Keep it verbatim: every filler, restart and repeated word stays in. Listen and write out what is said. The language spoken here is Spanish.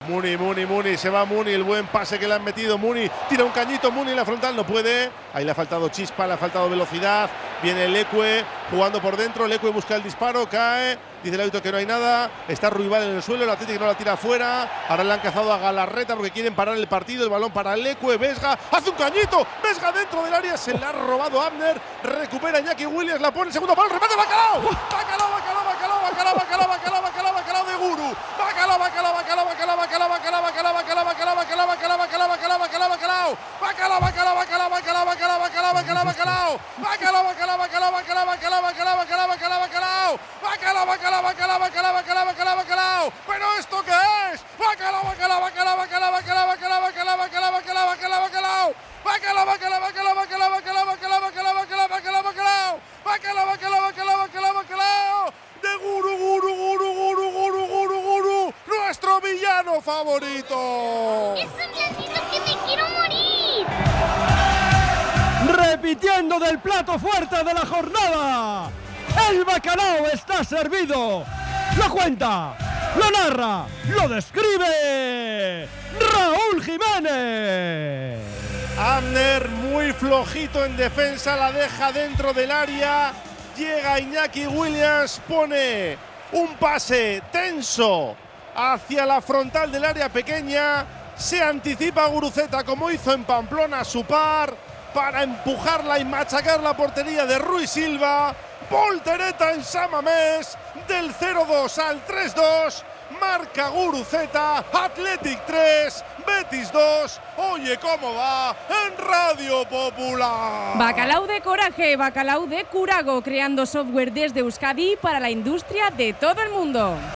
Muni, Muni, Muni, se va Muni, el buen pase que le han metido. Muni tira un cañito, Muni en la frontal, no puede. Ahí le ha faltado chispa, le ha faltado velocidad. Viene Leque jugando por dentro. Leque busca el disparo, cae. Dice el árbitro que no hay nada. Está Ruibal en el suelo, el Atlético no la tira afuera. Ahora le han cazado a Galarreta porque quieren parar el partido. El balón para Leque, Vesga, hace un cañito. Vesga dentro del área, se le ha robado Abner. Recupera Iñaki Williams, la pone en segundo palo, remate Bacalao. Bacalao, Bacalao, Bacalao, Bacalao, Bacalao, Bacalao, Bacalao, Bacalao de Guru. Bacalao, Bacalao, Bacalao, Bacalao, Bacalao, Bacalao, Bacalao, Bacalao, Bacalao, Bacalao, Bacalao, Bacalao, Bacalao, Bacalao, Bacalao. Bacalao, Bacalao, Bacalao, Bacalao, Bacalao, Bacalao, Bacalao, Bacalao. Bacalao, Bacalao, Bacalao, Bacalao, Bacalao, Bacalao, Bacalao, Bacalao, Bacalao. Bacalao, Bacalao, Bacalao, Bacalao, Bacalao, Bacalao, Bacalao. ¿Pero esto qué es? Bacalao, Bacalao, Bacalao, Bacalao, Bacalao, Bacalao, Bacalao, Bacalao, Bacalao, Bacalao, Bacalao. Bacalao, Bacalao, Bacalao, Bacalao, Bacalao, Bacalao, Bacalao, Bacalao, Bacalao, Bacalao. Bacalao, Bacalao, Bacalao, Bacalao, Bacalao. De Guru, Guru, Guru, Guru, Guru, Guru, Guru. Nuestro villano favorito. ¡Es un blandito que me quiero morir! Repitiendo del plato fuerte de la jornada. El bacalao está servido. Lo cuenta, lo narra, lo describe Raúl Jiménez. Abner muy flojito en defensa, la deja dentro del área. Llega Iñaki Williams, pone un pase tenso hacia la frontal del área pequeña. Se anticipa Guruceta como hizo en Pamplona a su par para empujarla y machacar la portería de Rui Silva. Voltereta en San Mamés, del cero dos al tres dos. Marca Guruceta, Athletic tres, Betis dos. Oye, ¿cómo va? En Radio Popular. Bacalao de coraje, bacalao de Curago, creando software desde Euskadi para la industria de todo el mundo.